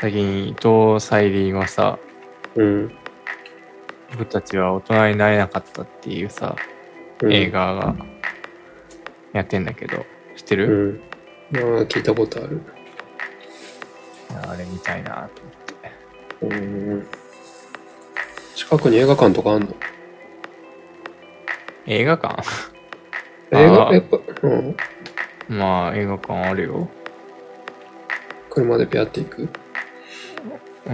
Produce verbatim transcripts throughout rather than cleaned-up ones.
最近伊藤沙莉がさ、 うん、 僕たちは大人になれなかったっていうさ、 うん、 映画がやってんだけど、知ってる？ うん。まあ、聞いたことある。 あれ見たいなと思って。 うん。近くに映画館とかあんの？ 映画館映画、 あやっぱ、うん。 まあ映画館あるよ。 車でピャって行く？ うん。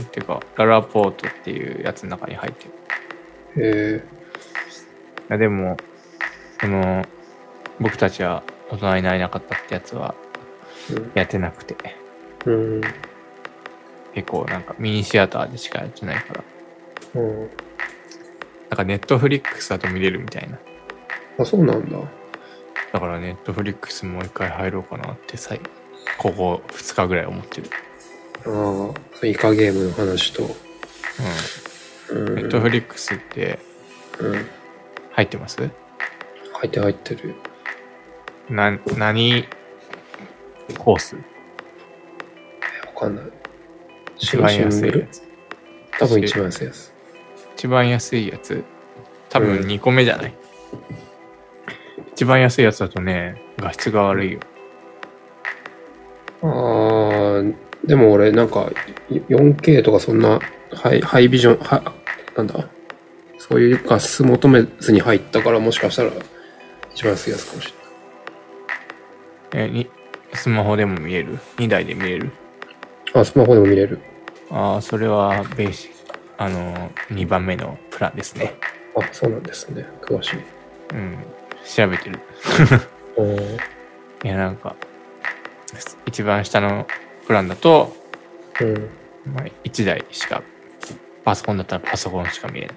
てか、ララポートっていうやつの中に入ってる。 へいやでも、その、僕たちは大人になれなかったってやつはえ。うん。 やってなくて、 うん。 結構なんかミニシアターでしかやってないから、 うん。 なんかネットフリックスだと見れるみたいな。 あ、そうなんだ。 だからネットフリックスもう一回入ろうかなってさ、ここふつかぐらい思ってる。 ああ、イカゲームの話と。 うん。 うん。 ネットフリックスってうん。 入ってます？ 入って入ってる。 な、何コース？ わかんない。 一番安いやつ。 多分一番安いやつ。 一番安いやつ多分にこめじゃない、うん、一番安いやつだとね、画質が悪いよ。 あー、でも俺なんか よんケー とかそんなハイ、ハイビジョン、は、なんだそういう画質求めずに入ったから、もしかしたら一番安いやつかもしれない。 え、に、スマホでも見れる？にだいで見れる？ あ、スマホでも見れる。 ああ、それはベーシック、あの、にばんめのプランですね。 あ、そうなんですね。詳しい。 うん、調べてる。いや、なんか、一番下のプランだと、 うん。 まあ、いちだいしか、パソコンだったらパソコンしか見れない。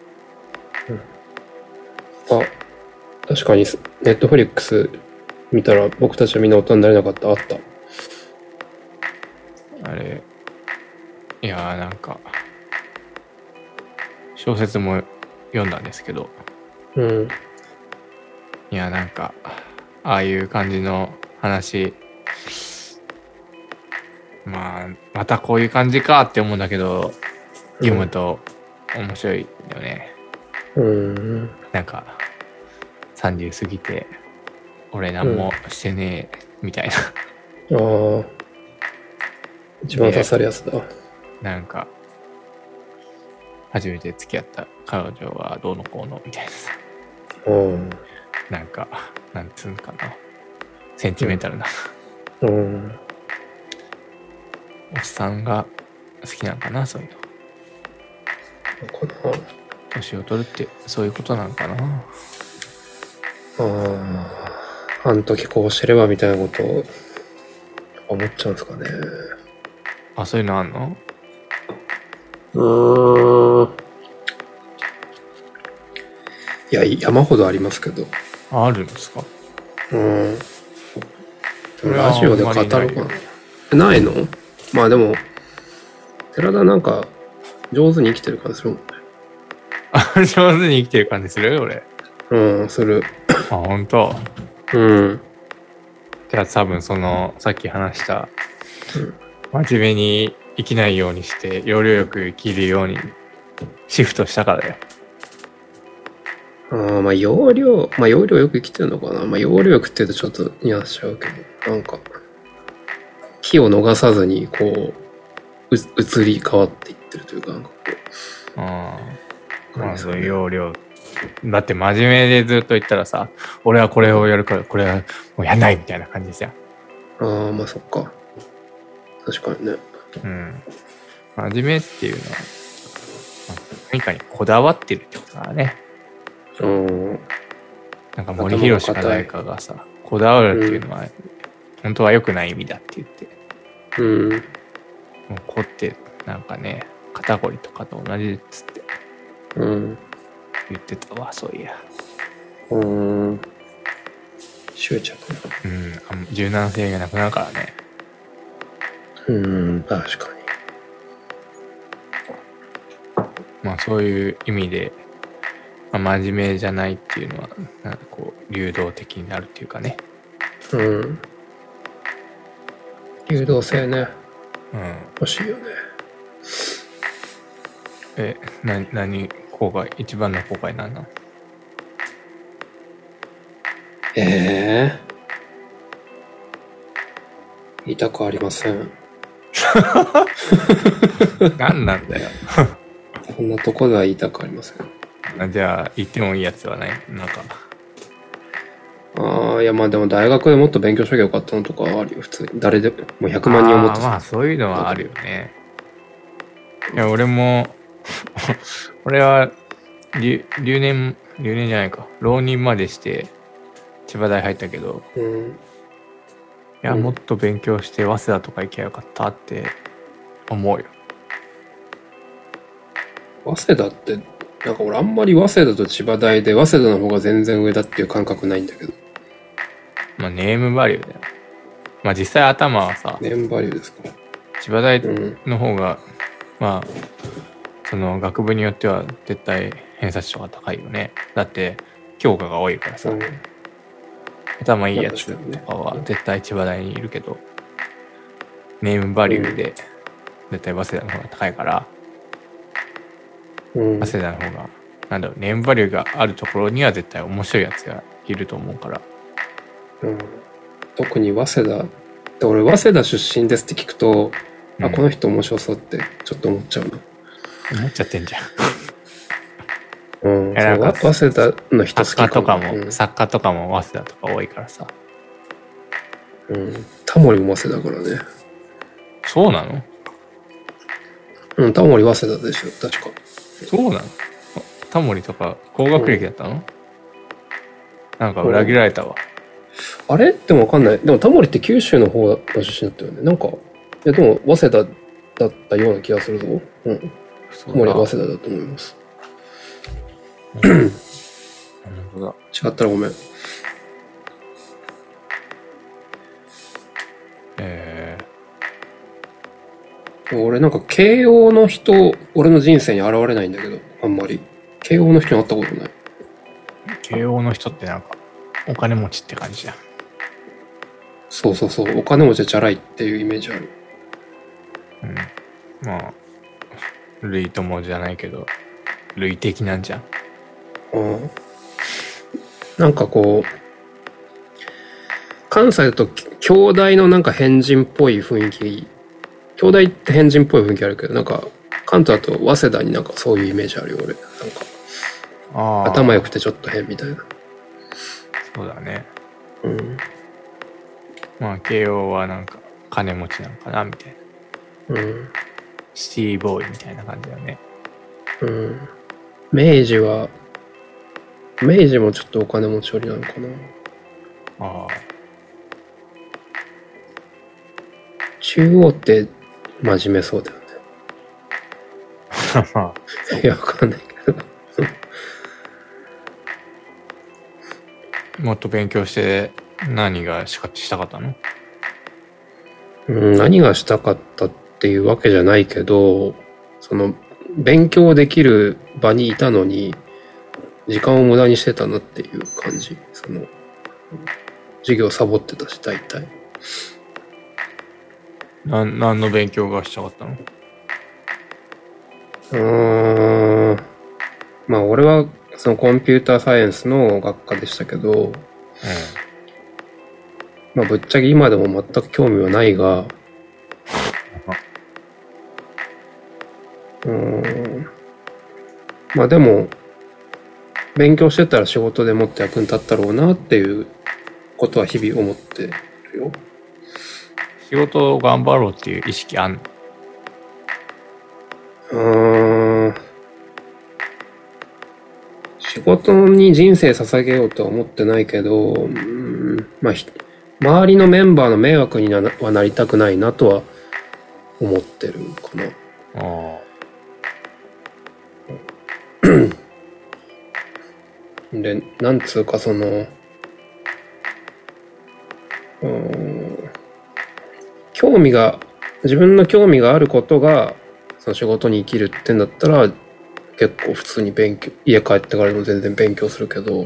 うん、あ、確かにネットフリックス見たら僕たちはみんな大人になれなかった。あった。 あれ、いやーなんか、小説も読んだんですけど、 うん。 いやなんか、ああいう感じの話、まあ、またこういう感じかって思うんだけど、読むと面白いよね。 うん。 なんか、さんじゅう過ぎて、俺何もしてねえ、みたいな。うん、ああ。一番刺さるやつだ。 なんか、初めて付き合った彼女はどうのこうのみたいなさ。 うん。 なんか、なんつうんかな。センチメンタルな。 うん。 おっさんが好きなんかな、そういうの。かな。 年を取るってそういうことなのかな。 ああ、あの時こうしてればみたいなことを思っちゃうんですかね。 あ、そういうのあんの？ うーん。いや、山ほどありますけど。 あるんですか？ うん。ラジオで語るかな。ないの？まあでも、寺田なんか上手に生きてる感じするもんね。 あ、上手に生きてる感じする？俺。 うん、する。 あ、本当。 うん。 じゃあ多分その、さっき話した、うん、真面目に生きないようにして、要領よく生きるようにシフトしたからだよ。 ああ、まあ要領、まあ要領よく生きてるのかな。まあ要領よくって言うとちょっとニュアンスしちゃうけど、なんか、気を逃さずにこう、う移り変わっていってるというか、なんかこう。ああ。まあそういう要領。だって真面目でずっと言ったらさ、俺はこれをやるからこれはもうやんないみたいな感じですよ。 ああ、まあそっか。確かにね。 うん。真面目っていうのは、何かにこだわってるってことだね。 うん。 なんか森博か誰かがさ、こだわるっていうのは、うん、本当は良くない意味だって言って。 うん。もうこってなんかね、肩こりとかと同じっつって。 うん。 言ってたわ、そういや。 うん。執着。 うん、柔軟性がなくなるからね。 うん、確かに。 まあそういう意味で、まあ、真面目じゃないっていうのは、なんかこう、流動的になるっていうかね。 うん。流動性ね。 うん。 欲しいよね。 え、な、何、後悔、一番の後悔なんなん？ ええー、言いたくありません。 何なんだよ。 こんなとこでは言いたくありません。 あ、じゃあ、言ってもいいやつはないなんか。 ああ、いやまあでも大学でもっと勉強しときゃよかったのとかはあるよ、普通に。誰でも、もうひゃくまん人思ってあーまあ、そういうのはあるよね。いや、俺も、俺は留、留年、留年じゃないか。浪人までして、千葉大入ったけど、 うん。 いや、 うんもっと勉強して早稲田とか行きゃよかったって思うよ。 早稲田って、なんか俺あんまり早稲田と千葉大で、早稲田の方が全然上だっていう感覚ないんだけど。 まあ、ネームバリューだよ。まあ、実際頭はさ、 ネームバリューですか。 千葉大うん。 の方が、まあ、その学部によっては絶対偏差値とか高いよね。だって教科が多いからさ、 うん、 頭いいやつとまあ確かにねかは絶対千葉大にいるけど、ネームバリューで絶対早稲田の方が高いから、 うん。 早稲田の方がなんだろう、ネームバリューがあるところには絶対面白いやつがいると思うから。 うん、特に早稲田で、俺早稲田出身ですって聞くと、 うん、 あ、この人面白そうってちょっと思っちゃうな。 思っちゃってんじゃん。 うん、 えなんかそう早稲田の人好き作家とかも、 うん、 作家とかも早稲田とか多いからさ。 うん、タモリも早稲田だからね。 そうなの？ うん、タモリ早稲田でしょ、確か。 そうなの？タモリとか高学歴だったの？うん、なんか裏切られたわ。 あれでもわかんない。でもタモリって九州の方の出身だったよね。なんか、いやでも早稲田だったような気がするぞ。うん。タモリは早稲田だと思います。 なるほど。 違ったらごめん。 えー、俺なんか慶応の人、俺の人生に現れないんだけど、あんまり。慶応の人に会ったことない。 慶応の人ってなんかお金持ちって感じだ。 そうそうそう。お金持ちはチャラいっていうイメージある。 うん。まあ、類友じゃないけど、類的なんじゃん。 うん。なんかこう、関西だと兄弟のなんか変人っぽい雰囲気、兄弟って変人っぽい雰囲気あるけど、なんか関東だと早稲田になんかそういうイメージあるよ、俺。なんかあ頭良くてちょっと変みたいな。 そうだね。 うん。 まあ、慶応はなんか金持ちなのかなみたいな。 うん。 シティボーイみたいな感じだよね。 うん。明治は、明治もちょっとお金持ち寄りなのかな。 ああ。 中央って真面目そうだよね。 まあ、 いや、わかんないけど。 もっと勉強して何がしかしたかったの？ うん、何がしたかったっていうわけじゃないけど、その、勉強できる場にいたのに、時間を無駄にしてたなっていう感じ。その、授業サボってたし、大体。 な何の勉強がしたかったの？ うーん。まあ、俺は、そのコンピューターサイエンスの学科でしたけど、 うん。 まあ、ぶっちゃけ今でも全く興味はないが、うーん。まあでも、勉強してたら仕事でもっと役に立ったろうなっていうことは日々思ってるよ。 仕事を頑張ろうっていう意識あんの？ うーん。仕事に人生捧げようとは思ってないけど、うーん、まあ、周りのメンバーの迷惑になはなりたくないなとは思ってるかな。 あで、なんつうかその、うーん、興味が、自分の興味があることが、その仕事に生きるってんだったら、結構普通に勉強、家帰ってからでも全然勉強するけど、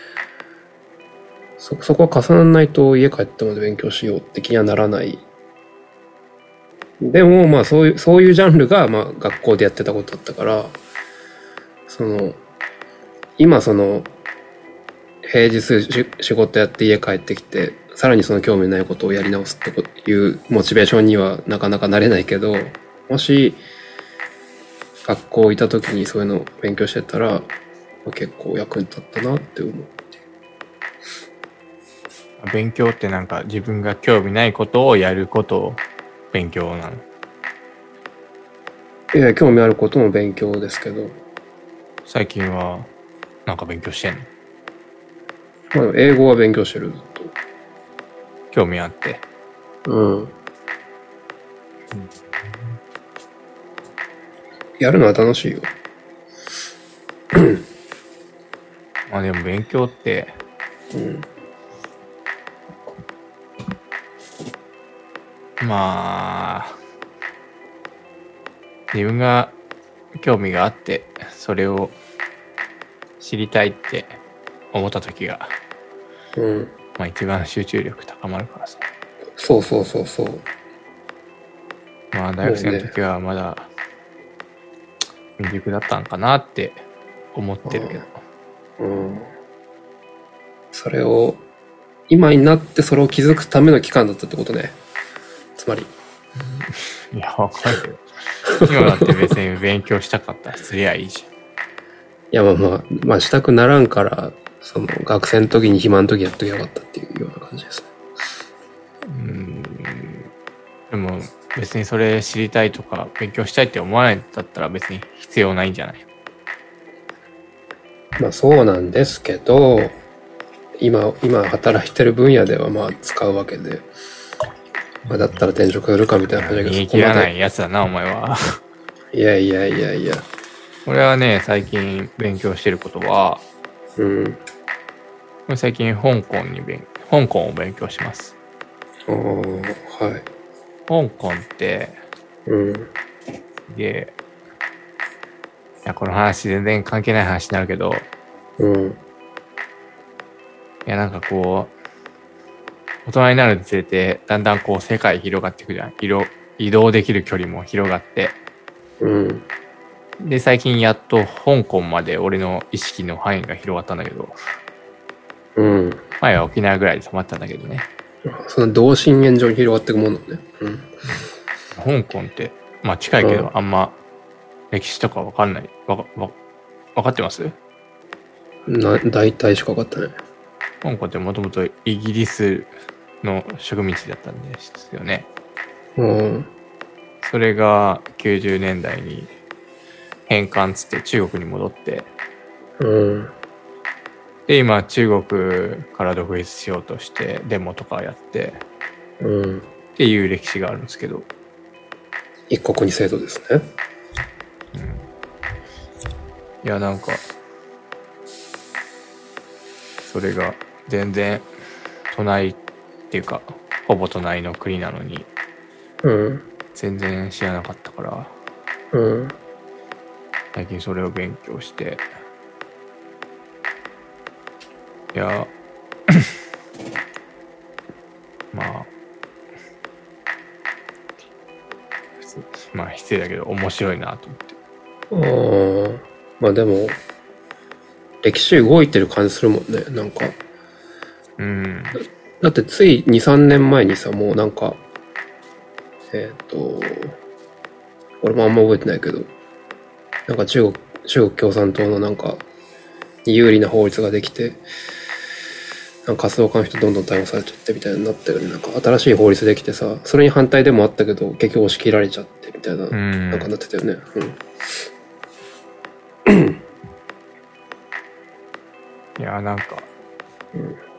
そ、そこは重ならないと家帰ってまで勉強しようって気にはならないでもまあそういうそういうジャンルがまあ学校でやってたことだったから、その今その平日仕事やって家帰ってきてさらにその興味ないことをやり直すっていうモチベーションにはなかなかなれないけど、もし学校いた時にそういうのを勉強してたら、まあ、結構役に立ったなって思う。 勉強ってなんか自分が興味ないことをやることを勉強なの？ いや、興味あることも勉強ですけど。 最近はなんか勉強してんの？ まあ、英語は勉強してるずっと。 興味あって。 うん。うん、やるのは楽しいよ。 まあでも勉強って、 うん、 まあ自分が興味があってそれを知りたいって思った時が、 うん、 まあ一番集中力高まるからさ。 そうそうそうそう。 まあ大学生の時はまだ未熟だったんかなって思ってるけど、 うん、それを今になってそれを気づくための期間だったってことね。つまりいやわかるよ。今だって別に勉強したかったらすりゃいいじゃん。 いやまあまあまあしたくならんから、その学生の時に暇の時やっときゃよかったっていうような感じですね。 うーん、でも別にそれ知りたいとか勉強したいって思わないんだったら別に必要ないんじゃない？ まあそうなんですけど、今今働いてる分野ではまあ使うわけで、まあ、だったら転職するかみたいな話だけど、 煮え切らないやつだなお前は。 いやいやいやいや。 俺はね最近勉強してることは、 うん。 最近香港に勉香港を勉強します。 ああ、はい。 香港って、 うん。 で、いやこの話全然関係ない話になるけど、 うん。 いやなんかこう大人になるにつれてだんだんこう世界広がっていくじゃん。移動できる距離も広がって、 うん。 で最近やっと香港まで俺の意識の範囲が広がったんだけど、 うん。 前は沖縄ぐらいで止まったんだけどね。 その同心円状に広がっていくもんなんね。 うん。香港ってまあ近いけど、うん、あんま歴史とかわかんない。わかわ分かってます？ な大体しか分かってない。 香港ってもともとイギリスの植民地だったんですよね。 うん。 それがきゅうじゅうねんだいに返還つって中国に戻って、 うん。 で今中国から独立しようとしてデモとかやって、 うん、 っていう歴史があるんですけど、 一国二制度ですね。 うん、いやなんかそれが全然隣っていうかほぼ隣の国なのに、 うん、 全然知らなかったから、 うん、 最近それを勉強して、いやまあまあ失礼だけど面白いなと思って。ああ、まあでも歴史動いてる感じするもんね、なんか。 うん。 だってついに、さんねんまえにさ、もうなんかえっと俺もあんま覚えてないけど、なんか中国中国共産党のなんか有利な法律ができて、なんか活動家の人どんどん逮捕されちゃってみたいになってるね。なんか新しい法律できてさ、それに反対でもあったけど結局押し切られちゃってみたいな、なんかなってたよね。うん。 いやなんか、 うん